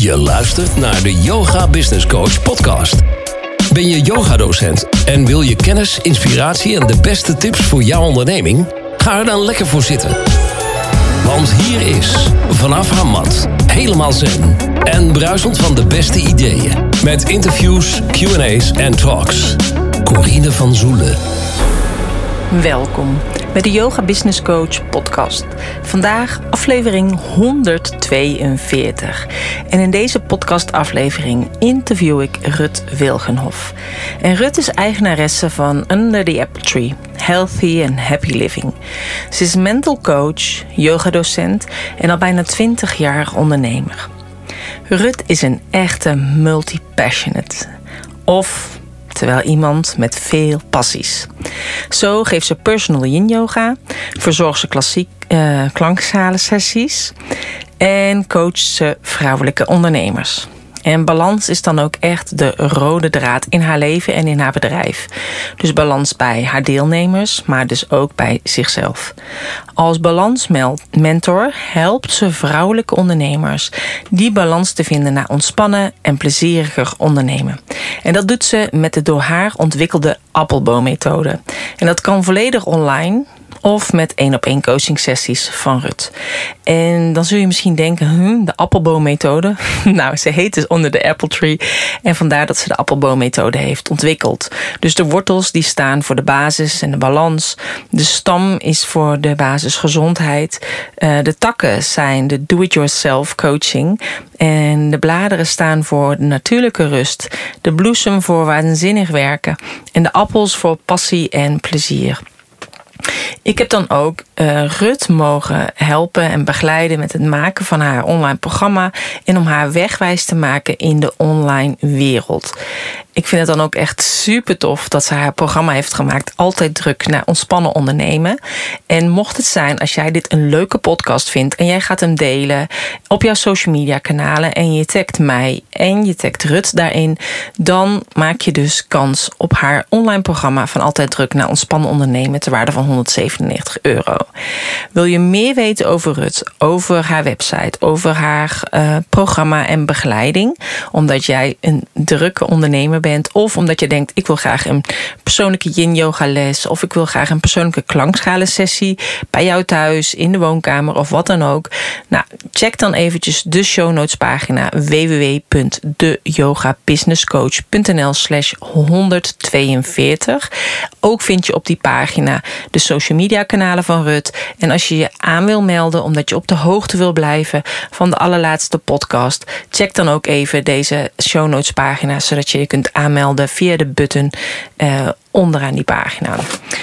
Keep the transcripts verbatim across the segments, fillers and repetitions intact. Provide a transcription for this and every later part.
Je luistert naar de Yoga Business Coach podcast. Ben je yogadocent en wil je kennis, inspiratie en de beste tips voor jouw onderneming? Ga er dan lekker voor zitten. Want hier is, vanaf haar mat, helemaal zen en bruisend van de beste ideeën. Met interviews, Q en A's en talks. Corine van Zoelen. Welkom bij de Yoga Business Coach podcast. Vandaag aflevering honderdtweeënveertig. En in deze podcastaflevering interview ik Rut Wilgenhof. En Rut is eigenaresse van Under the Apple Tree, Healthy and Happy Living. Ze is mental coach, yogadocent en al bijna twintig jaar ondernemer. Rut is een echte multi-passionate. Of... terwijl iemand met veel passies. Zo geeft ze personal yin yoga, verzorgt ze klassiek uh, klankschalensessies en coacht ze vrouwelijke ondernemers. En balans is dan ook echt de rode draad in haar leven en in haar bedrijf. Dus balans bij haar deelnemers, maar dus ook bij zichzelf. Als balansmentor helpt ze vrouwelijke ondernemers die balans te vinden naar ontspannen en plezieriger ondernemen. En dat doet ze met de door haar ontwikkelde appelboommethode. En dat kan volledig online of met één-op-één coaching sessies van Rut. En dan zul je misschien denken, hm, de appelboommethode. Nou, ze heet dus Under the Apple Tree. En vandaar dat ze de appelboommethode heeft ontwikkeld. Dus de wortels die staan voor de basis en de balans. De stam is voor de basisgezondheid. Uh, de takken zijn de do-it-yourself coaching. En de bladeren staan voor de natuurlijke rust. De bloesem voor waanzinnig werken. En de appels voor passie en plezier. Ik heb dan ook uh, Rut mogen helpen en begeleiden met het maken van haar online programma en om haar wegwijs te maken in de online wereld. Ik vind het dan ook echt super tof dat ze haar programma heeft gemaakt. Altijd druk naar ontspannen ondernemen. En mocht het zijn, als jij dit een leuke podcast vindt en jij gaat hem delen op jouw social media kanalen en je tagt mij en je tagt Rut daarin, dan maak je dus kans op haar online programma van Altijd druk naar ontspannen ondernemen ter waarde van honderdzevenennegentig euro. Wil je meer weten over Rut, over haar website, over haar uh, programma en begeleiding, omdat jij een drukke ondernemer bent, of omdat je denkt, ik wil graag een persoonlijke yin yoga les, of ik wil graag een persoonlijke klankschalensessie bij jou thuis, in de woonkamer of wat dan ook. Nou, check dan eventjes de show notes pagina w w w punt de yoga business coach punt n l slash honderdtweeënveertig. Ook vind je op die pagina de social media kanalen van Rut. En als je je aan wil melden omdat je op de hoogte wil blijven van de allerlaatste podcast, check dan ook even deze show notes pagina, zodat je je kunt aanmelden via de button uh, onderaan die pagina.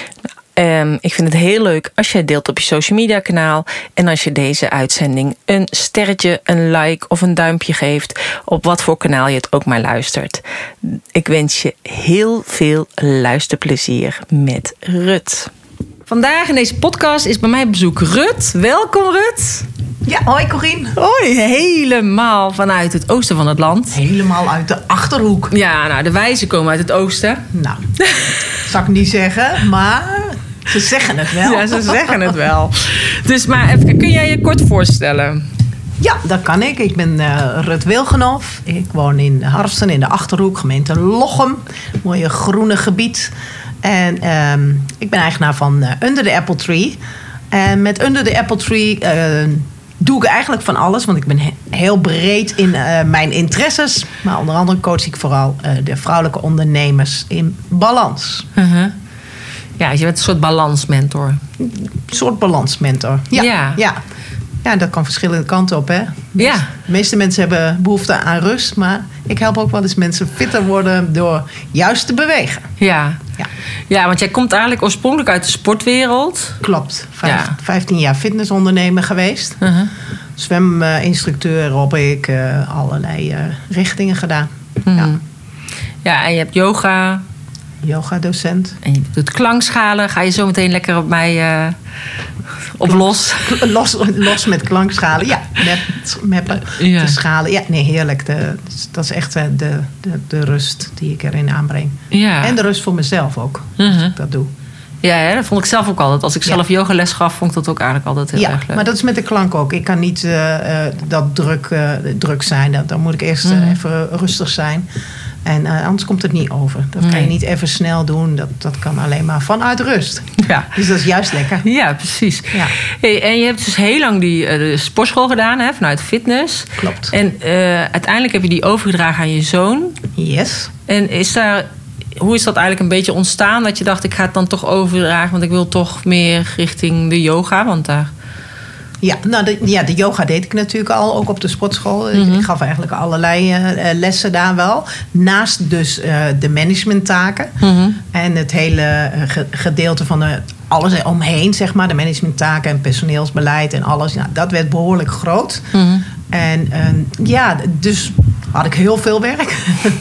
Um, ik vind het heel leuk als jij deelt op je social media kanaal en als je deze uitzending een sterretje, een like of een duimpje geeft op wat voor kanaal je het ook maar luistert. Ik wens je heel veel luisterplezier met Rut. Vandaag in deze podcast is bij mij op bezoek Rut. Welkom Rut. Ja, hoi Corine. Hoi, helemaal vanuit het oosten van het land. Helemaal uit de Achterhoek. Ja, nou de wijzen komen uit het oosten. Nou, dat zou ik niet zeggen, maar ze zeggen het wel. Ja, ze zeggen het wel. Dus maar even, kun jij je kort voorstellen? Ja, dat kan ik. Ik ben uh, Rut Wilgenhof. Ik woon in Harfsen in de Achterhoek, gemeente Lochem. Mooie groene gebied. En um, ik ben eigenaar van uh, Under the Apple Tree. En met Under the Apple Tree uh, doe ik eigenlijk van alles. Want ik ben he- heel breed in uh, mijn interesses. Maar onder andere coach ik vooral uh, de vrouwelijke ondernemers in balans. Uh-huh. Ja, je bent een soort balansmentor. Een soort balansmentor. Ja, ja. ja. Ja, dat kan verschillende kanten op, hè? Ja. De meeste mensen hebben behoefte aan rust. Maar ik help ook wel eens mensen fitter worden door juist te bewegen. Ja. Ja, ja, want jij komt eigenlijk oorspronkelijk uit de sportwereld. klopt. Vijf, Ja. vijftien jaar fitnessondernemer geweest. Uh-huh. Zweminstructeur, aerobic, uh, allerlei uh, richtingen gedaan. Mm. Ja. Ja, en je hebt yoga. Yoga-docent. En je doet klankschalen. Ga je zo meteen lekker op mij uh, op los? Los, los met klankschalen. Ja, met, met Ja. de schalen. Ja, nee, heerlijk. De, dat is echt de, de, de rust die ik erin aanbreng. Ja. En de rust voor mezelf ook, Uh-huh. als ik dat doe. Ja, hè, dat vond ik zelf ook altijd. Als ik zelf ja. yogales gaf, vond ik dat ook eigenlijk altijd heel ja, erg leuk. Maar dat is met de klank ook. Ik kan niet uh, uh, dat druk, uh, druk zijn. Dan, dan moet ik eerst uh, mm. even rustig zijn. En uh, anders komt het niet over. Dat nee. kan je niet even snel doen. Dat, dat kan alleen maar vanuit rust. Ja. Dus dat is juist lekker. Ja, precies. Ja. Hey, en je hebt dus heel lang die uh, de sportschool gedaan, hè, vanuit fitness. Klopt. En uh, uiteindelijk heb je die overgedragen aan je zoon. Yes. En is daar... Hoe is dat eigenlijk een beetje ontstaan? Dat je dacht, ik ga het dan toch overdragen... want ik wil toch meer richting de yoga, want daar... Ja, nou de, ja, de yoga deed ik natuurlijk al, ook op de sportschool. Mm-hmm. Ik gaf eigenlijk allerlei uh, lessen daar wel. Naast dus uh, de managementtaken. Mm-hmm. En het hele uh, ge- gedeelte van de, alles omheen, zeg maar. De managementtaken en personeelsbeleid en alles. Nou, dat werd behoorlijk groot. Mm-hmm. En uh, ja, dus had ik heel veel werk.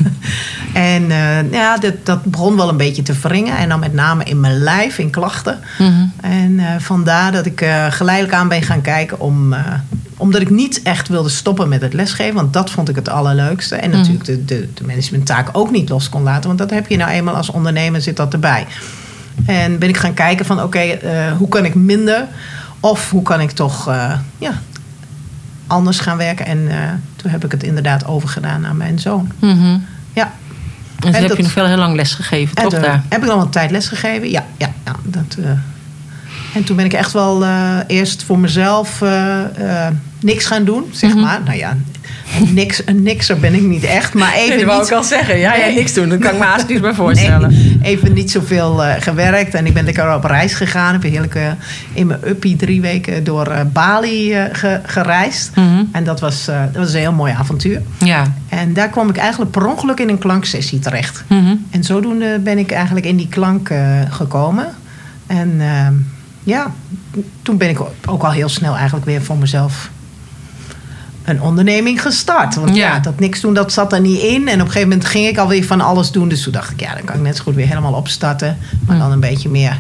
En uh, ja, dat, dat begon wel een beetje te wringen. En dan met name in mijn lijf, in klachten. Mm-hmm. En uh, vandaar dat ik uh, geleidelijk aan ben gaan kijken om... Uh, omdat ik niet echt wilde stoppen met het lesgeven. Want dat vond ik het allerleukste. En mm-hmm. natuurlijk de, de, de managementtaak ook niet los kon laten. Want dat heb je nou eenmaal als ondernemer, zit dat erbij. En ben ik gaan kijken van oké, okay, uh, hoe kan ik minder? Of hoe kan ik toch uh, ja, anders gaan werken? En uh, toen heb ik het inderdaad overgedaan aan mijn zoon. Mm-hmm. Ja. En toen en heb dat, je nog veel heel lang les gegeven, toch? Toen daar? Heb ik nog een tijd les gegeven, ja. ja, ja dat, uh, en toen ben ik echt wel uh, eerst voor mezelf uh, uh, niks gaan doen, zeg mm-hmm. maar. Nou ja, een, niks, een nikser ben ik niet echt, maar even nee, dat niet... wou ik al zeggen. Ja, nee. ja, niks doen, dat kan ik me haast niet meer voorstellen. Nee, even niet zoveel uh, gewerkt en ik ben lekker op reis gegaan. Ik heb heerlijk uh, in mijn uppie drie weken door uh, Bali uh, ge, gereisd. Mm-hmm. En dat was, uh, dat was een heel mooi avontuur. Ja. En daar kwam ik eigenlijk per ongeluk in een klanksessie terecht. Mm-hmm. En zodoende ben ik eigenlijk in die klank uh, gekomen. En uh, ja, toen ben ik ook al heel snel eigenlijk weer voor mezelf een onderneming gestart. Want ja. ja, dat niks doen, dat zat er niet in. En op een gegeven moment ging ik alweer van alles doen. Dus toen dacht ik, ja, dan kan ik net zo goed weer helemaal opstarten. Maar dan een beetje meer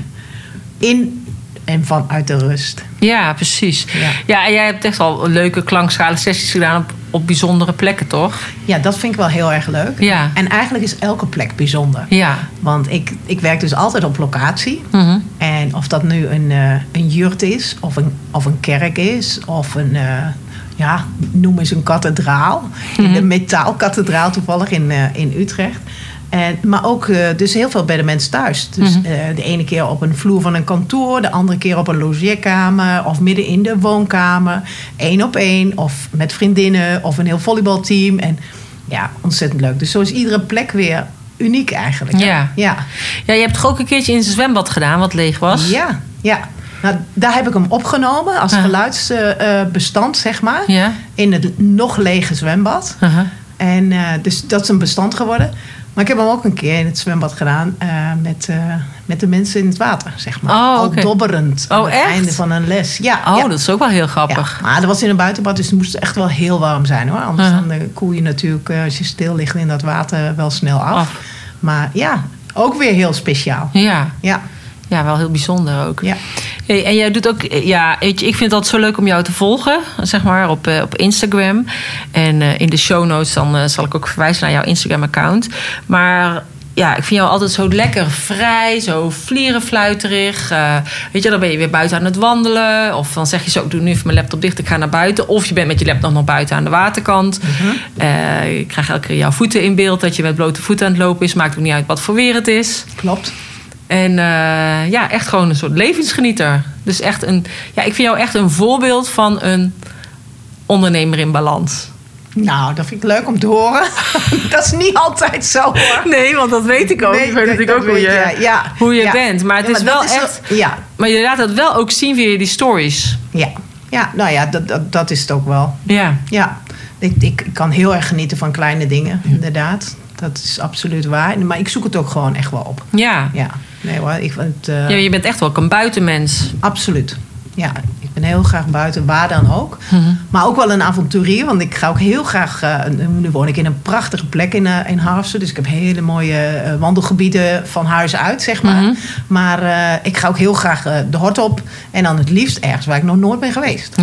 in en vanuit de rust. Ja, precies. Ja, ja en jij hebt echt al leuke klankschalen sessies gedaan op, op bijzondere plekken, toch? Ja, dat vind ik wel heel erg leuk. Ja. En eigenlijk is elke plek bijzonder. Ja. Want ik, ik werk dus altijd op locatie. Mm-hmm. En of dat nu een, uh, een jurt is, of een, of een kerk is, of een... Uh, ja, noem eens een kathedraal. Mm-hmm. In de metaalkathedraal toevallig in, uh, in Utrecht. En, maar ook uh, dus heel veel bij de mensen thuis. Dus mm-hmm. uh, de ene keer op een vloer van een kantoor. De andere keer op een logeerkamer. Of midden in de woonkamer. Eén op één. Of met vriendinnen. Of een heel volleybalteam. En ja, ontzettend leuk. Dus zo is iedere plek weer uniek eigenlijk. Ja. Ja. Ja, je hebt toch ook een keertje in een zwembad gedaan wat leeg was? Ja, ja. Nou, daar heb ik hem opgenomen als uh. geluidsbestand, uh, zeg maar. Ja. In het nog lege zwembad. Uh-huh. En uh, dus dat is een bestand geworden. Maar ik heb hem ook een keer in het zwembad gedaan uh, met, uh, met de mensen in het water, zeg maar. Oh, al okay. dobberend oh, aan het echt? einde van een les. Ja, oh, ja. dat is ook wel heel grappig. Ja, maar dat was in een buitenbad, dus het moest echt wel heel warm zijn, hoor. Anders uh-huh. dan uh, koel je natuurlijk, uh, als je stil ligt in dat water, wel snel af. af. Maar ja, ook weer heel speciaal. Ja. Ja. Ja, wel heel bijzonder ook. Ja. Hey, en jij doet ook, ja, weet je, ik vind het altijd zo leuk om jou te volgen, zeg maar, op, uh, op Instagram. En uh, in de show notes dan uh, zal ik ook verwijzen naar jouw Instagram-account. Maar ja, ik vind jou altijd zo lekker vrij, zo vlierenfluiterig. Uh, weet je, dan ben je weer buiten aan het wandelen. Of dan zeg je zo, ik doe nu even mijn laptop dicht, ik ga naar buiten. Of je bent met je laptop nog buiten aan de waterkant. Uh-huh. Uh, ik krijg elke keer jouw voeten in beeld, dat je met blote voeten aan het lopen is. Maakt ook niet uit wat voor weer het is. Klopt. En uh, ja, echt gewoon een soort levensgenieter. Dus echt een, ja, ik vind jou echt een voorbeeld van een ondernemer in balans. Nou, dat vind ik leuk om te horen. Dat is niet altijd zo, hoor. Nee, want dat weet ik ook. Nee, ik weet natuurlijk ook hoe je, ja, ja, hoe je ja. bent. Maar het ja, maar is wel is echt... Zo, ja. Maar je laat het wel ook zien via die stories. Ja, ja nou ja, dat, dat, dat is het ook wel. Ja. Ja. Ik, ik kan heel erg genieten van kleine dingen, inderdaad. Dat is absoluut waar. Maar ik zoek het ook gewoon echt wel op. Ja. Ja. Nee hoor, ik vind, uh... ja, je bent echt wel een buitenmens. Absoluut. Ja, ik ben heel graag buiten, waar dan ook. Mm-hmm. Maar ook wel een avonturier, want ik ga ook heel graag... Uh, nu woon ik in een prachtige plek in, uh, in Harfsen. Dus ik heb hele mooie uh, wandelgebieden van huis uit, zeg maar. Mm-hmm. Maar uh, ik ga ook heel graag uh, de hort op. En dan het liefst ergens waar ik nog nooit ben geweest. Ja.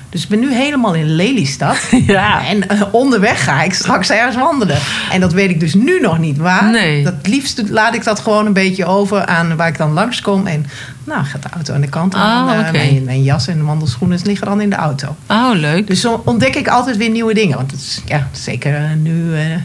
Dus ik ben nu helemaal in Lelystad. Ja. En uh, onderweg ga ik straks ergens wandelen. En dat weet ik dus nu nog niet waar. Nee. Dat liefst laat ik dat gewoon een beetje over aan waar ik dan langskom. En nou, gaat de auto aan de kant. En Oh, dan, uh, okay. mijn, mijn jas en wandelschoenen liggen dan in de auto. Oh, leuk. Dus zo ontdek ik altijd weer nieuwe dingen. Want het is ja, zeker uh, nu uh, uh,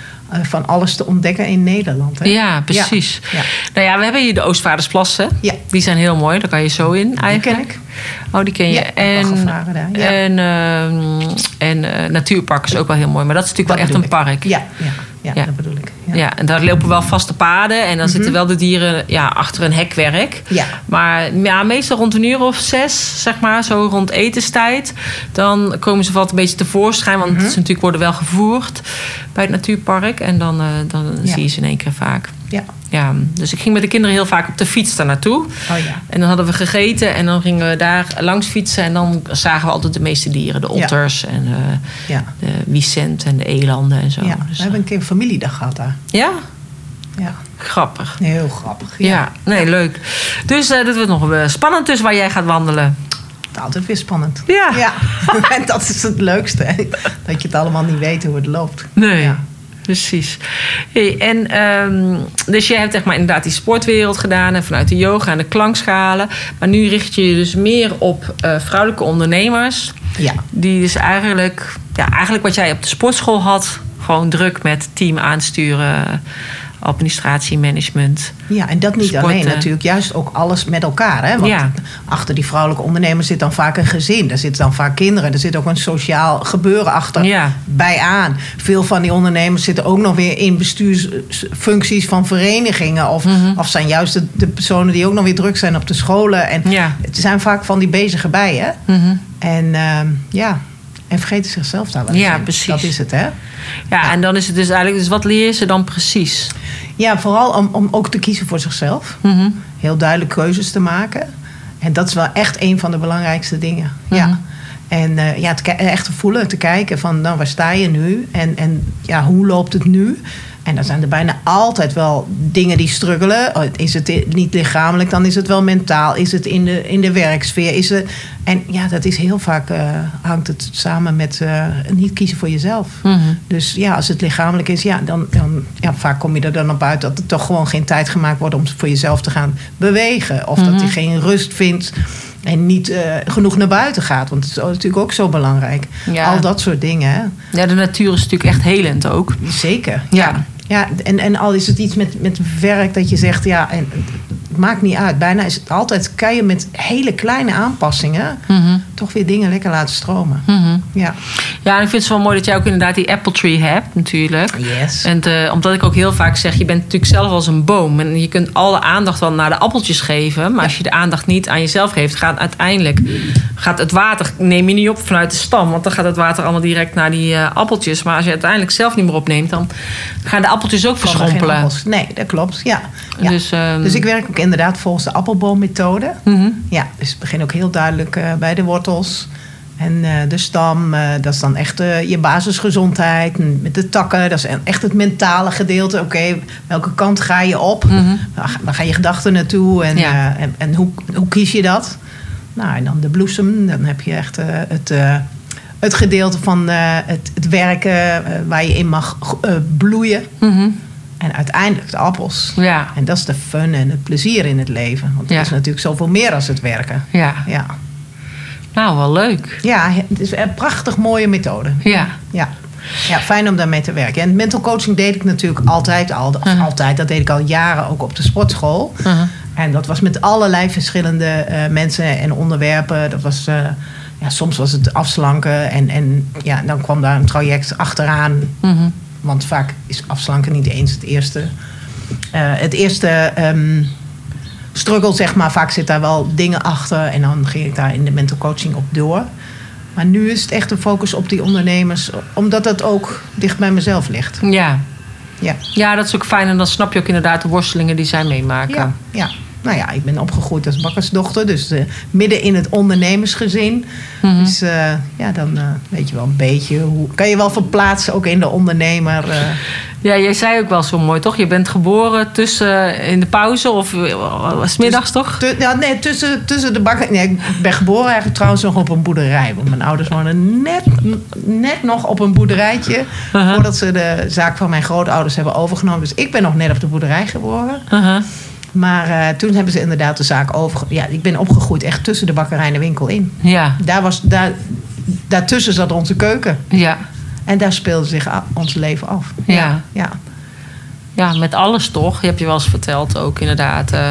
van alles te ontdekken in Nederland. Hè? Ja, precies. Ja. Ja. Nou ja, we hebben hier de Oostvaardersplassen. Ja. Die zijn heel mooi, daar kan je zo in eigenlijk. Die ken ik. Oh, die ken je. Ja, en Baggervaren daar, ja. en, uh, en uh, Natuurpark is ook wel heel mooi. Maar dat is natuurlijk Dat wel echt een bedoel ik. park. Ja, ja, ja, Ja. dat bedoel ik. Ja. Ja. en daar lopen wel vaste paden. En dan Mm-hmm. zitten wel de dieren ja, achter een hekwerk. Ja. Maar ja, meestal rond een uur of zes, zeg maar, zo rond etenstijd. Dan komen ze wat een beetje tevoorschijn. Want Mm-hmm. ze natuurlijk worden wel gevoerd bij het natuurpark. En dan, uh, dan Ja. zie je ze in één keer vaak. Ja. Ja, dus ik ging met de kinderen heel vaak op de fiets daar naartoe. Oh ja. En dan hadden we gegeten en dan gingen we daar langs fietsen. En dan zagen we altijd de meeste dieren. De otters en uh, Ja. de wiesent en de elanden en zo. Ja. Dus, We hebben een keer een familiedag gehad daar. ja, Ja. grappig. Heel grappig. Ja, nee, leuk. Dus uh, dat wordt nog uh, spannend dus waar jij gaat wandelen. Het is altijd weer spannend. Ja. Ja. En dat is het leukste. Hè? Dat je het allemaal niet weet hoe het loopt. Nee, Ja. precies. Hey, en um, dus jij hebt zeg maar inderdaad die sportwereld gedaan. En vanuit de yoga en de klankschalen. Maar nu richt je je dus meer op uh, vrouwelijke ondernemers. Ja. Die dus eigenlijk, ja, eigenlijk wat jij op de sportschool had. Gewoon druk met team aansturen. Administratie, management. Ja, en dat niet Sporten. alleen natuurlijk. Juist ook alles met elkaar. Hè? Want Ja. achter die vrouwelijke ondernemers zit dan vaak een gezin. Daar zitten dan vaak kinderen. Er zit ook een sociaal gebeuren achter Ja. bij aan. Veel van die ondernemers zitten ook nog weer in bestuursfuncties van verenigingen. Of, Mhm. of zijn juist de, de personen die ook nog weer druk zijn op de scholen. En Ja. het zijn vaak van die bezige bij. Hè? Mhm. En ehm, ja, en vergeten zichzelf daar wel eens Ja, in. precies. Dat is het, hè? Ja, en dan is het dus eigenlijk... Dus wat leer je ze dan precies? Ja, vooral om, om ook te kiezen voor zichzelf. Mhm. Heel duidelijk keuzes te maken. En dat is wel echt een van de belangrijkste dingen. Mhm. Ja. En uh, ja, te, echt te voelen, te kijken van nou, waar sta je nu? En, en ja, hoe loopt het nu? En dan zijn er bijna altijd wel dingen die struggelen. Is het niet lichamelijk, dan is het wel mentaal. Is het in de, in de werksfeer? Is het, en ja, dat is heel vaak uh, hangt het samen met uh, niet kiezen voor jezelf. Mm-hmm. Dus ja, als het lichamelijk is, ja, dan, dan ja, vaak kom je er dan op uit dat er toch gewoon geen tijd gemaakt wordt om voor jezelf te gaan bewegen. Of mm-hmm. dat je geen rust vindt. En niet uh, genoeg naar buiten gaat. Want dat is natuurlijk ook zo belangrijk. Ja. Al dat soort dingen. Hè. Ja, de natuur is natuurlijk echt helend ook. Zeker, ja. ja. ja en, en al is het iets met, met werk dat je zegt... ja, en het maakt niet uit. Bijna is het altijd... kan je met hele kleine aanpassingen... Mm-hmm. toch weer dingen lekker laten stromen. Mm-hmm. Ja. Ja, en ik vind het wel mooi dat jij ook inderdaad die apple tree hebt natuurlijk. Yes. En te, omdat ik ook heel vaak zeg... je bent natuurlijk zelf als een boom. En je kunt alle aandacht wel naar de appeltjes geven. Maar ja. als je de aandacht niet aan jezelf geeft... gaat uiteindelijk... gaat het water... neem je niet op vanuit de stam. Want dan gaat het water allemaal direct naar die uh, appeltjes. Maar als je uiteindelijk zelf niet meer opneemt... dan gaan de appeltjes ook verschrompelen. Nee, dat klopt. Ja. ja. Dus, um... dus ik werk ook inderdaad volgens de appelboommethode. Mm-hmm. Ja, dus ik begin ook heel duidelijk uh, bij de wortels... En uh, de stam, uh, dat is dan echt uh, je basisgezondheid. En met de takken, dat is echt het mentale gedeelte. Oké, okay, welke kant ga je op? Mm-hmm. Waar gaan je gedachten naartoe? En, ja. uh, en, en hoe, hoe kies je dat? Nou, en dan de bloesem. Dan heb je echt uh, het, uh, het gedeelte van uh, het, het werken... Uh, waar je in mag uh, bloeien. Mm-hmm. En uiteindelijk de appels. Ja. En dat is de fun en het plezier in het leven. Want het ja. is natuurlijk zoveel meer dan het werken. Ja. Ja. Nou, wel leuk. Ja, het is een prachtig mooie methode. Ja. Ja. Ja, fijn om daarmee te werken. En mental coaching deed ik natuurlijk altijd al. Of uh-huh. altijd, dat deed ik al jaren ook op de sportschool. Uh-huh. En dat was met allerlei verschillende uh, mensen en onderwerpen. Dat was, uh, ja, soms was het afslanken. En, en ja, dan kwam daar een traject achteraan. Uh-huh. Want vaak is afslanken niet eens het eerste. Uh, het eerste... Um, struggle, zeg maar. Vaak zit daar wel dingen achter. En dan ging ik daar in de mental coaching op door. Maar nu is het echt een focus op die ondernemers. Omdat dat ook dicht bij mezelf ligt. Ja. Ja, ja dat is ook fijn. En dan snap je ook inderdaad de worstelingen die zij meemaken. Ja, ja. Nou ja, ik ben opgegroeid als bakkersdochter. Dus uh, midden in het ondernemersgezin. Mm-hmm. Dus uh, ja, dan uh, weet je wel een beetje... hoe kan je wel verplaatsen ook in de ondernemer... Uh, Ja, jij zei ook wel zo mooi, toch? Je bent geboren tussen in de pauze of was het middags, toch? Tu- ja, nee, tussen, tussen de bakken. Nee, ik ben geboren eigenlijk trouwens nog op een boerderij. Want mijn ouders woonden net, net nog op een boerderijtje. Uh-huh. Voordat ze de zaak van mijn grootouders hebben overgenomen. Dus ik ben nog net op de boerderij geboren. Uh-huh. Maar uh, toen hebben ze inderdaad de zaak overgenomen. Ja, ik ben opgegroeid echt tussen de bakkerij en de winkel in. Ja. Daar was, daar, daartussen zat onze keuken. Ja. En daar speelde zich a- ons leven af. Ja. Ja. ja. Ja, met alles toch? Je hebt je wel eens verteld ook inderdaad. Uh,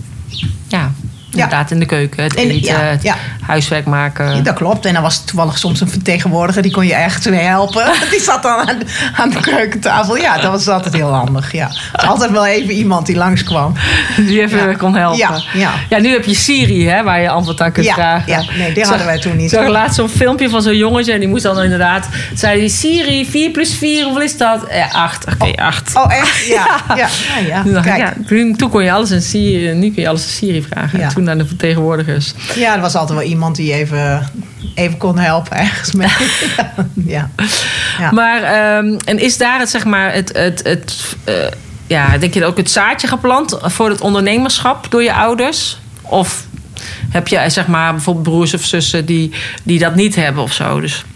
ja, inderdaad in de keuken. Het eten, ja, het ja. huiswerk maken. Ja, dat klopt. En dan was toevallig soms een vertegenwoordiger. Die kon je ergens mee helpen. Die zat dan aan de, aan de keukentafel. Ja, dat was altijd heel handig. Ja. Er was altijd wel even iemand die langskwam. Die even ja. kon helpen. Ja, ja. ja, nu heb je Siri, hè, waar je antwoord aan kunt ja, vragen. Ja, nee, die hadden wij toen niet. Ik zag laatst zo'n filmpje van zo'n jongetje. En die moest dan inderdaad... Zei die, Siri, vier plus vier, hoeveel is dat? Eh, acht. Oké, okay, acht. Oh, echt? Ja. ja. ja. ja, ja. Kijk. Ja, toen kon je alles aan Siri... Nu kun je alles aan Siri vragen. Ja. En toen aan de vertegenwoordigers. Ja, er was altijd wel iemand die even, even kon helpen ergens mee. ja. ja. Maar, um, en is daar het, zeg maar, het... het, het uh, ja, denk je ook het zaadje geplant voor het ondernemerschap door je ouders? Of heb je, zeg maar, bijvoorbeeld broers of zussen die, die dat niet hebben of zo? Dus...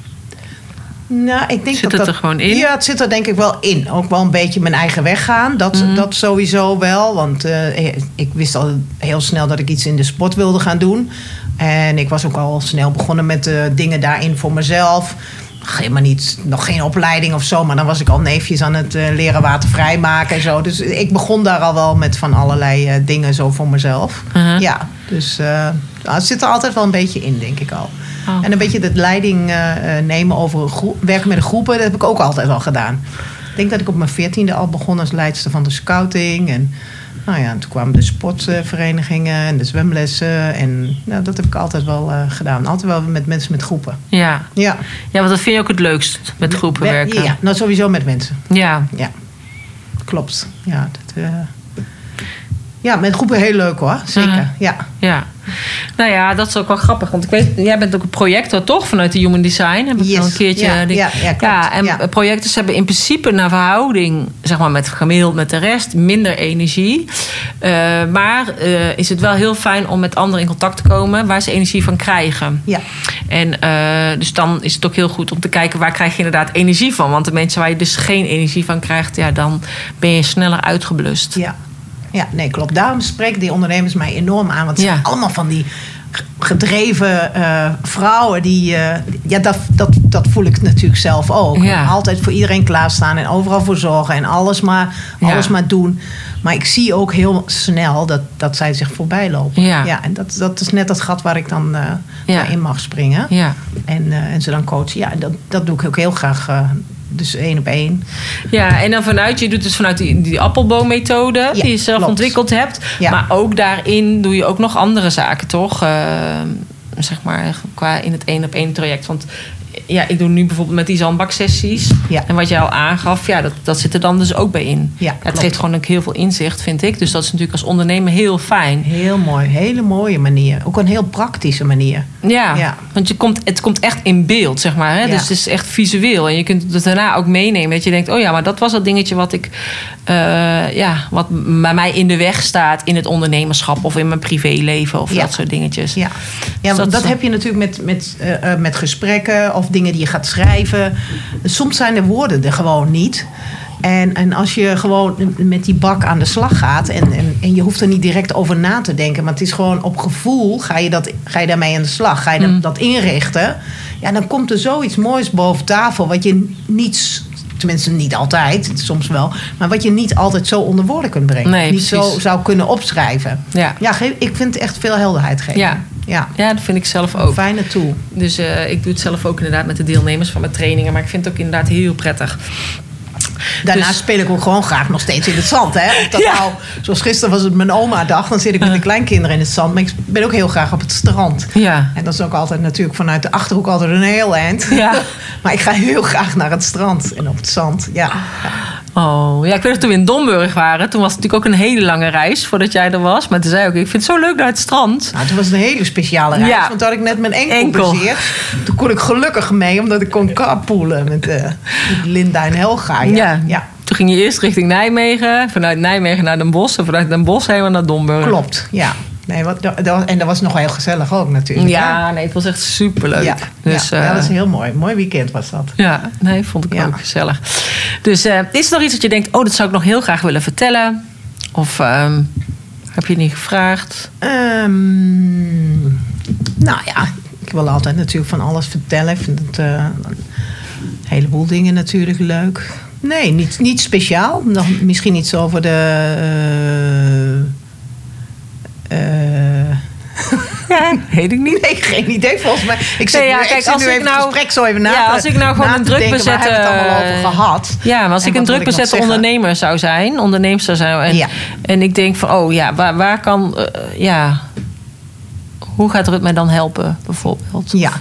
Nou, ik denk zit dat het dat, er gewoon in? Ja, het zit er denk ik wel in. Ook wel een beetje mijn eigen weg gaan. Dat, mm. dat sowieso wel. Want uh, ik wist al heel snel dat ik iets in de sport wilde gaan doen. En ik was ook al snel begonnen met uh, dingen daarin voor mezelf. Helemaal niet, nog geen opleiding of zo. Maar dan was ik al neefjes aan het uh, leren watervrij maken en zo. Dus ik begon daar al wel met van allerlei uh, dingen zo voor mezelf. Uh-huh. Ja, dus uh, het zit er altijd wel een beetje in, denk ik al. Oh. En een beetje de leiding uh, nemen over een groep, werken met de groepen, dat heb ik ook altijd al gedaan. Ik denk dat ik op mijn veertiende al begon als leidster van de scouting. En nou ja, toen kwamen de sportverenigingen en de zwemlessen. En nou, dat heb ik altijd wel uh, gedaan. Altijd wel met mensen met groepen. Ja. Ja. Ja, want dat vind je ook het leukst, met groepen ja, werken. Ja, nou sowieso met mensen. Ja. Ja, klopt. Ja, dat, uh... ja, met groepen heel leuk hoor. Zeker, uh-huh. ja. Ja. Nou ja, dat is ook wel grappig. Want ik weet, jij bent ook een projector toch? Vanuit de Human Design. Heb ik yes. al een keertje... Ja, die, ja, ja, ja, en ja. projectors hebben in principe naar verhouding... zeg maar met gemiddeld met de rest... minder energie. Uh, maar uh, is het wel heel fijn om met anderen in contact te komen... waar ze energie van krijgen. Ja. En uh, dus dan is het ook heel goed om te kijken... waar krijg je inderdaad energie van? Want de mensen waar je dus geen energie van krijgt... ja, dan ben je sneller uitgeblust. Ja. Ja, nee, klopt. Daarom spreken die ondernemers mij enorm aan. Want het ja. zijn allemaal van die gedreven uh, vrouwen. Die, uh, ja, dat, dat, dat voel ik natuurlijk zelf ook. Ja. Altijd voor iedereen klaarstaan en overal voor zorgen. En alles maar, alles ja. maar doen. Maar ik zie ook heel snel dat, dat zij zich voorbij lopen. Ja. Ja, en dat, dat is net dat gat waar ik dan uh, ja. in mag springen. Ja. En, uh, en ze dan coachen. Ja, dat, dat doe ik ook heel graag. Uh, Dus één op één. Ja, en dan vanuit, je doet dus vanuit die, die appelboommethode... Ja, die je zelf klopt. ontwikkeld hebt. Ja. Maar ook daarin doe je ook nog andere zaken, toch? Uh, zeg maar, qua in het één op één traject. Want ja, ik doe nu bijvoorbeeld met die zandbaksessies. Ja. En wat jij al aangaf, ja, dat, dat zit er dan dus ook bij in. Ja, ja, het geeft gewoon ook heel veel inzicht, vind ik. Dus dat is natuurlijk als ondernemer heel fijn. Heel mooi, hele mooie manier. Ook een heel praktische manier. Ja, ja. want je komt, het komt echt in beeld, zeg maar. Hè? Ja. Dus het is echt visueel. En je kunt het daarna ook meenemen. Dat je denkt, oh ja, maar dat was dat dingetje wat ik... Uh, ja, wat bij mij in de weg staat in het ondernemerschap... of in mijn privéleven of ja. dat soort dingetjes. Ja, ja dus dat, dat heb je natuurlijk met, met, uh, met gesprekken... of dingen die je gaat schrijven. Soms zijn de woorden er gewoon niet. En, en als je gewoon met die bak aan de slag gaat... En, en, en je hoeft er niet direct over na te denken... maar het is gewoon op gevoel ga je, dat, ga je daarmee aan de slag. Ga je mm. dat inrichten. Ja, dan komt er zoiets moois boven tafel... wat je niet... Tenminste, niet altijd, soms wel. Maar wat je niet altijd zo onder woorden kunt brengen. Nee, niet precies. Zo zou kunnen opschrijven. Ja, ja ik vind het echt veel helderheid geven. Ja. Ja. ja, dat vind ik zelf ook. Een fijne tool. Dus uh, ik doe het zelf ook inderdaad met de deelnemers van mijn trainingen. Maar ik vind het ook inderdaad heel prettig. Daarnaast dus... speel ik ook gewoon graag nog steeds in het zand. Hè? Of dat ja. nou, zoals gisteren was het mijn oma-dag. Dan zit ik met de kleinkinderen in het zand. Maar ik ben ook heel graag op het strand. Ja. En dat is ook altijd natuurlijk vanuit de Achterhoek altijd een heel eind. Ja. Maar ik ga heel graag naar het strand en op het zand. Ja. ja. Oh, ja, ik weet dat toen we in Domburg waren. Toen was het natuurlijk ook een hele lange reis voordat jij er was. Maar toen zei ik ook, ik vind het zo leuk naar het strand. Nou, toen was het een hele speciale reis. Ja. Want toen had ik net mijn enkel, enkel. bezeerd. Toen kon ik gelukkig mee, omdat ik kon carpoolen met, uh, met Linda en Helga. Ja. Ja. Ja. Toen ging je eerst richting Nijmegen. Vanuit Nijmegen naar Den Bosch. En vanuit Den Bosch helemaal naar Domburg. Klopt, ja. Nee, wat, dat, en dat was nog heel gezellig ook natuurlijk. Ja, hè? nee, het was echt superleuk. Ja, dus, ja, uh, dat is heel mooi. Mooi weekend was dat. Ja, nee, vond ik ja. ook gezellig. Dus uh, is er nog iets dat je denkt... oh, dat zou ik nog heel graag willen vertellen? Of um, heb je niet gevraagd? Um, nou ja, ik wil altijd natuurlijk van alles vertellen. Ik vind het uh, een heleboel dingen natuurlijk leuk. Nee, niet, niet speciaal. Nog, misschien iets over de... Uh, uh, Ja, weet ik niet. Nee, geen idee volgens mij. Ik zit nee, ja, nu, kijk, ik zit als nu ik even nou, het gesprek zo even na ja, als ik nou gewoon een druk bezette... Waar hebben we het allemaal over gehad? Ja, maar als En ik een druk bezette ondernemer zou zijn... onderneemster zou zijn... En, ja. en ik denk van, oh ja, waar, waar kan... Uh, ja... Hoe gaat Rut mij dan helpen, bijvoorbeeld? Ja,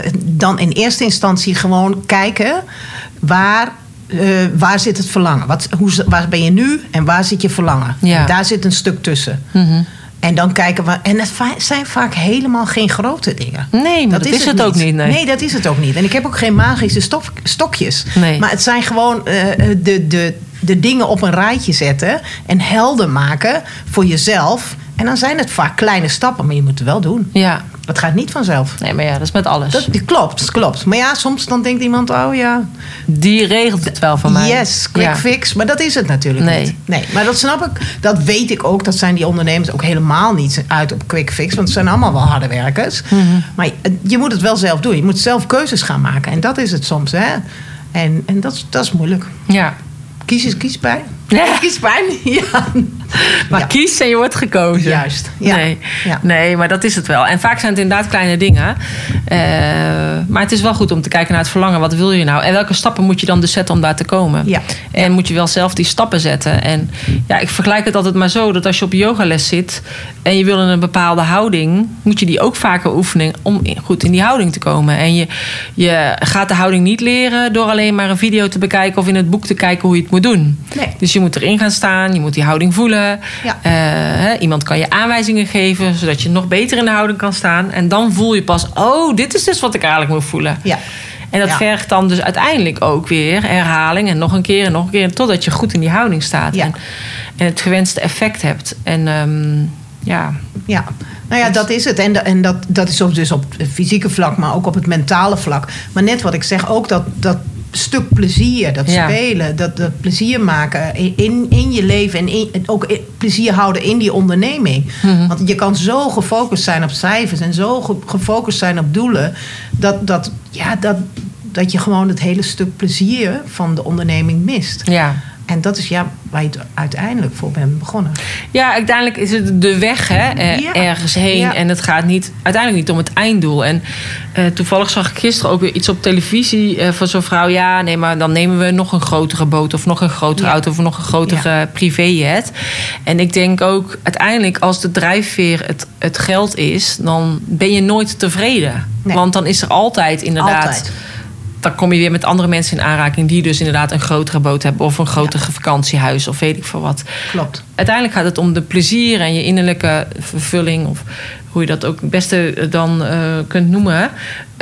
dan in eerste instantie gewoon kijken... waar... Uh, waar zit het verlangen? Wat, hoe, waar ben je nu en waar zit je verlangen? Ja. Daar zit een stuk tussen. Mm-hmm. En dan kijken we. En het zijn vaak helemaal geen grote dingen. Nee, maar dat, dat is, is het, het ook niet. Nee. nee, dat is het ook niet. En ik heb ook geen magische stof, stokjes. Nee. Maar het zijn gewoon uh, de, de, de dingen op een rijtje zetten. En helder maken voor jezelf. En dan zijn het vaak kleine stappen, maar je moet het wel doen. Ja. Het gaat niet vanzelf. Nee, maar ja, dat is met alles. Dat, dat klopt, dat klopt. Maar ja, soms dan denkt iemand, oh ja... Die regelt het wel van mij. Yes, quick ja. fix. Maar dat is het natuurlijk nee. niet. Nee, maar dat snap ik. Dat weet ik ook. Dat zijn die ondernemers ook helemaal niet uit op quick fix. Want het zijn allemaal wel harde werkers. Mm-hmm. Maar je moet het wel zelf doen. Je moet zelf keuzes gaan maken. En dat is het soms, hè. En, en dat, dat is moeilijk. Ja. Kies is kiespijn. Ja. Kiespijn, ja. Maar ja. kies en je wordt gekozen. Juist. Ja. Nee. Ja. nee, maar dat is het wel. En vaak zijn het inderdaad kleine dingen. Uh, maar het is wel goed om te kijken naar het verlangen. Wat wil je nou? En welke stappen moet je dan dus zetten om daar te komen? Ja. En ja. moet je wel zelf die stappen zetten. En ja, ik vergelijk het altijd maar zo. Dat als je op yogales zit en je wil in een bepaalde houding... moet je die ook vaker oefenen om goed in die houding te komen. En je, je gaat de houding niet leren door alleen maar een video te bekijken... of in het boek te kijken hoe je het moet doen. Nee. Dus je moet erin gaan staan. Je moet die houding voelen. Ja. Uh, hè, iemand kan je aanwijzingen geven... zodat je nog beter in de houding kan staan. En dan voel je pas... oh, dit is dus wat ik eigenlijk moet voelen. Ja. En dat ja. vergt dan dus uiteindelijk ook weer herhaling... en nog een keer en nog een keer... totdat je goed in die houding staat. Ja. En, en het gewenste effect hebt. En um, ja... Ja, nou ja, dat is het. En, en dat, dat is dus op het fysieke vlak, maar ook op het mentale vlak. Maar net wat ik zeg, ook dat, dat stuk plezier, dat ja. spelen, dat, dat plezier maken in, in je leven... en in, ook in, plezier houden in die onderneming. Mm-hmm. Want je kan zo gefocust zijn op cijfers... en zo ge, gefocust zijn op doelen... dat, dat, ja, dat, dat je gewoon het hele stuk plezier van de onderneming mist. Ja. En dat is ja, waar je het uiteindelijk voor bent begonnen. Ja, uiteindelijk is het de weg hè, Ja. ergens heen. Ja. En het gaat niet, uiteindelijk niet om het einddoel. En uh, toevallig zag ik gisteren ook weer iets op televisie uh, van zo'n vrouw. Ja, nee, maar dan nemen we nog een grotere boot... of nog een grotere ja. auto of nog een grotere ja. privéjet. En ik denk ook, uiteindelijk als de drijfveer het, het geld is... dan ben je nooit tevreden. Nee. Want dan is er altijd inderdaad... Altijd. Dan kom je weer met andere mensen in aanraking... die dus inderdaad een grotere boot hebben... of een groter ja. vakantiehuis of weet ik veel wat. Klopt. Uiteindelijk gaat het om de plezier en je innerlijke vervulling... of hoe je dat ook het beste dan uh, kunt noemen. Uh,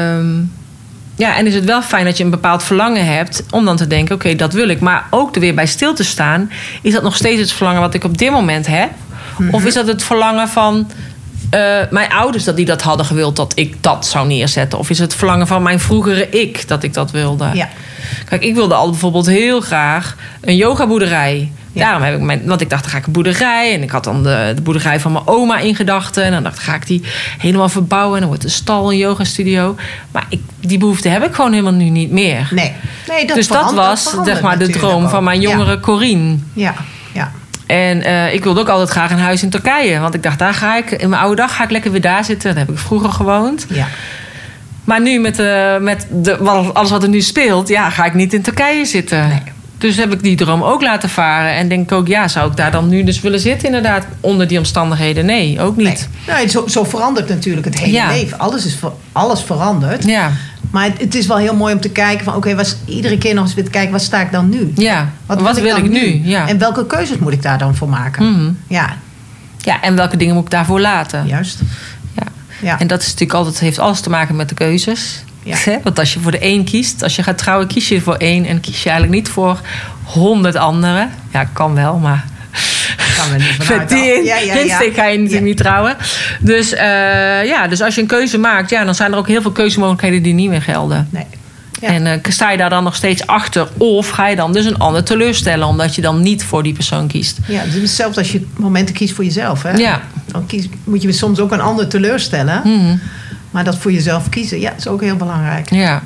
ja, en is het wel fijn dat je een bepaald verlangen hebt... om dan te denken, oké, okay, dat wil ik. Maar ook er weer bij stil te staan... is dat nog steeds het verlangen wat ik op dit moment heb? Mm-hmm. Of is dat het verlangen van... Uh, mijn ouders dat die dat hadden gewild dat ik dat zou neerzetten? Of is het verlangen van mijn vroegere ik dat ik dat wilde? Ja. Kijk, ik wilde al bijvoorbeeld heel graag een yogaboerderij. Ja. Daarom heb ik mijn, want ik dacht, dan ga ik een boerderij. En ik had dan de, de boerderij van mijn oma in gedachten. En dan dacht ik, ga ik die helemaal verbouwen. En dan wordt een stal, een yogastudio. Maar ik, die behoefte heb ik gewoon helemaal nu niet meer. Nee. nee dat dus dat was zeg maar de droom ook. van mijn jongere ja. Corine. Ja, ja. En uh, ik wilde ook altijd graag een huis in Turkije. Want ik dacht, daar ga ik, in mijn oude dag ga ik lekker weer daar zitten. Daar heb ik vroeger gewoond. Ja. Maar nu met, uh, met de, alles wat er nu speelt, ja, ga ik niet in Turkije zitten. Nee. Dus heb ik die droom ook laten varen. En denk ook, ja, zou ik daar dan nu dus willen zitten inderdaad? Onder die omstandigheden? Nee, ook niet. Nee. Nee, zo, zo verandert natuurlijk het hele ja. leven. Alles is alles verandert. Ja. Maar het, het is wel heel mooi om te kijken van... oké, okay, iedere keer nog eens weer te kijken, waar sta ik dan nu? Ja, wat, wat wil ik, wil ik nu? nu? Ja. En welke keuzes moet ik daar dan voor maken? Mm-hmm. Ja. Ja, en welke dingen moet ik daarvoor laten? Juist. Ja. Ja. En dat is natuurlijk altijd, heeft alles te maken met de keuzes. Ja. Hè? Want als je voor de één kiest, als je gaat trouwen, kies je voor één en kies je eigenlijk niet voor honderd anderen. Ja, kan wel, maar Kan we niet vanuit. met die Ja, ja, ja. insteek ga je natuurlijk Ja. niet trouwen. Dus, uh, ja, dus als je een keuze maakt, ja, dan zijn er ook heel veel keuzemogelijkheden die niet meer gelden. Nee. Ja. En uh, sta je daar dan nog steeds achter? Of ga je dan dus een ander teleurstellen omdat je dan niet voor die persoon kiest? Ja, het is hetzelfde als je momenten kiest voor jezelf. Hè? Ja. Dan kies, moet je soms ook een ander teleurstellen. Mm-hmm. Maar dat voor jezelf kiezen, ja, is ook heel belangrijk. Ja.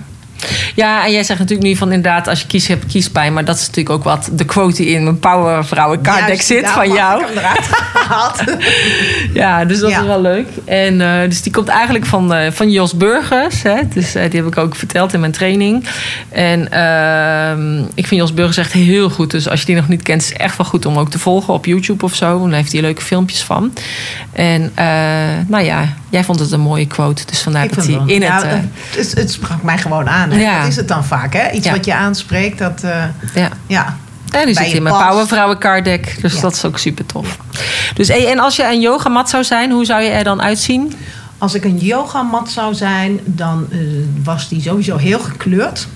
Ja, en jij zegt natuurlijk nu van inderdaad, als je kies hebt, kies bij. Maar dat is natuurlijk ook wat de quote die in mijn Power Vrouwen card deck Juist, zit daarom van jou. had ik hem eruit gehaald. Ja, dus dat Ja. is wel leuk. En uh, dus die komt eigenlijk van, uh, van Jos Burgers. Hè? Dus uh, die heb ik ook verteld in mijn training. En uh, ik vind Jos Burgers echt heel goed. Dus als je die nog niet kent, is het echt wel goed om ook te volgen op YouTube of zo. Dan heeft hij leuke filmpjes van. En uh, nou ja, jij vond het een mooie quote. Dus vandaar Ik dat vind hij wel. in Ja, het... Uh, het, het sprak mij gewoon aan. Hè? Ja. Dat is het dan vaak, hè? Iets Ja. wat je aanspreekt, dat... Uh, ja. ja. En die bij zit je in mijn past. Power Vrouwen card deck. Dus Ja. dat is ook super tof. Dus, hey, en als je een yogamat zou zijn, hoe zou je er dan uitzien? Als ik een yogamat zou zijn, dan uh, was die sowieso heel gekleurd.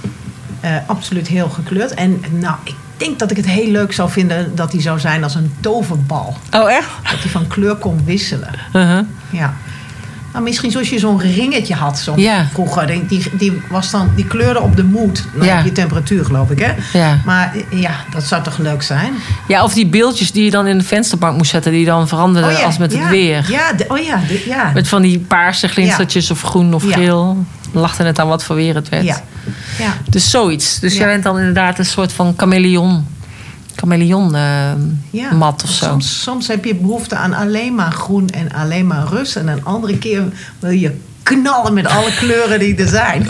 Uh, absoluut heel gekleurd. En nou, ik denk dat ik het heel leuk zou vinden dat die zou zijn als een toverbal. Oh, echt? Dat die van kleur kon wisselen. Uh-huh. Ja. Nou, misschien zoals je zo'n ringetje had zo Ja. vroeger. Die, die, die, was dan, die kleurde op de moed. Nou, Ja. je temperatuur, geloof ik, hè? Ja. Maar ja, dat zou toch leuk zijn? Ja, of die beeldjes die je dan in de vensterbank moest zetten, die dan veranderden Oh ja, als met ja, het weer. Ja, de, oh ja, de, ja. Met van die paarse glinstertjes of groen of Ja. geel. Lachte het aan wat voor weer het werd. ja. ja. Dus zoiets. Dus Ja. jij bent dan inderdaad een soort van chameleon. Chameleon uh, Ja. mat of zo. Soms, soms heb je behoefte aan alleen maar groen en alleen maar rust. En een andere keer wil je knallen met alle kleuren die er zijn.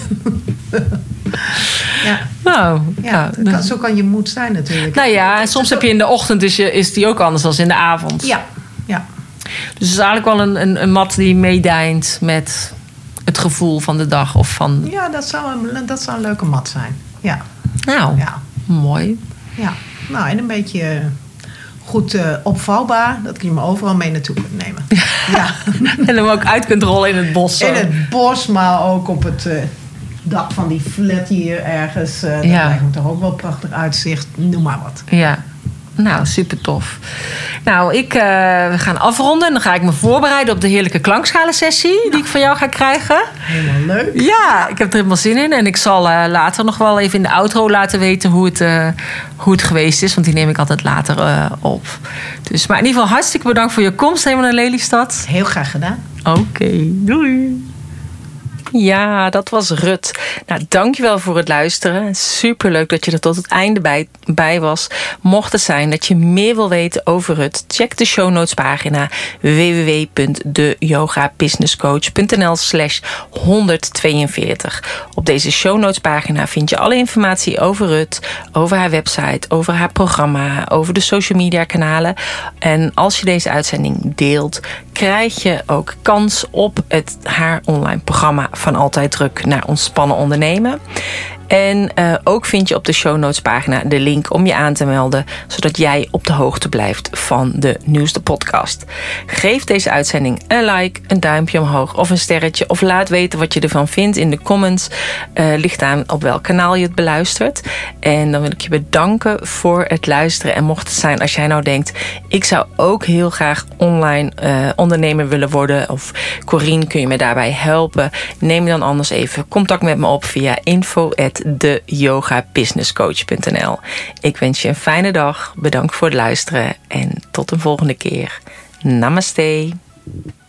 ja, Nou, ja, ja. dat kan, zo kan je moed zijn natuurlijk. Nou ja, en soms heb je in de ochtend is, je, is die ook anders dan in de avond. Ja, ja. Dus het is eigenlijk wel een, een, een mat die meedijnt met het gevoel van de dag. Of van, ja dat, zou een, dat zou een leuke mat zijn. Ja, nou, ja, mooi. ja. Nou, en een beetje goed uh, opvouwbaar. Dat kun je me overal mee naartoe kunt nemen. Ja. En hem ook uit kunt rollen in het bos. Zo. In het bos, maar ook op het uh, dak van die flat hier ergens. Uh, dat Ja. lijkt me toch ook wel prachtig uitzicht. Noem maar wat. Ja, nou, super tof. Nou, ik uh, we gaan afronden en dan ga ik me voorbereiden op de heerlijke klankschalensessie die ik van jou ga krijgen. Helemaal leuk. Ja, ik heb er helemaal zin in. En ik zal uh, later nog wel even in de outro laten weten hoe het, uh, hoe het geweest is. Want die neem ik altijd later uh, op. Dus, maar in ieder geval hartstikke bedankt voor je komst helemaal naar Lelystad. Heel graag gedaan. Oké, okay, doei. Ja, dat was Rut. Nou, dankjewel voor het luisteren. Superleuk dat je er tot het einde bij, bij was. Mocht het zijn dat je meer wil weten over Rut, check de show notes pagina w w w punt de yoga business coach punt n l slash honderdtweeënveertig. Op deze show notes pagina vind je alle informatie over Rut, over haar website, over haar programma, over de social media kanalen. En als je deze uitzending deelt, krijg je ook kans op het haar online programma Van Altijd Druk naar Ontspannen Ondernemen. En uh, ook vind je op de show notes pagina de link om je aan te melden, zodat jij op de hoogte blijft van de nieuwste podcast. Geef deze uitzending een like, een duimpje omhoog of een sterretje, of laat weten wat je ervan vindt in de comments. Uh, ligt aan op welk kanaal je het beluistert. En dan wil ik je bedanken voor het luisteren. En mocht het zijn als jij nou denkt, ik zou ook heel graag online uh, ondernemer willen worden, of Corine, kun je me daarbij helpen? Neem dan anders even contact met me op via info at de yoga business coach punt n l. Ik wens je een fijne dag. Bedankt voor het luisteren en tot een volgende keer. Namaste.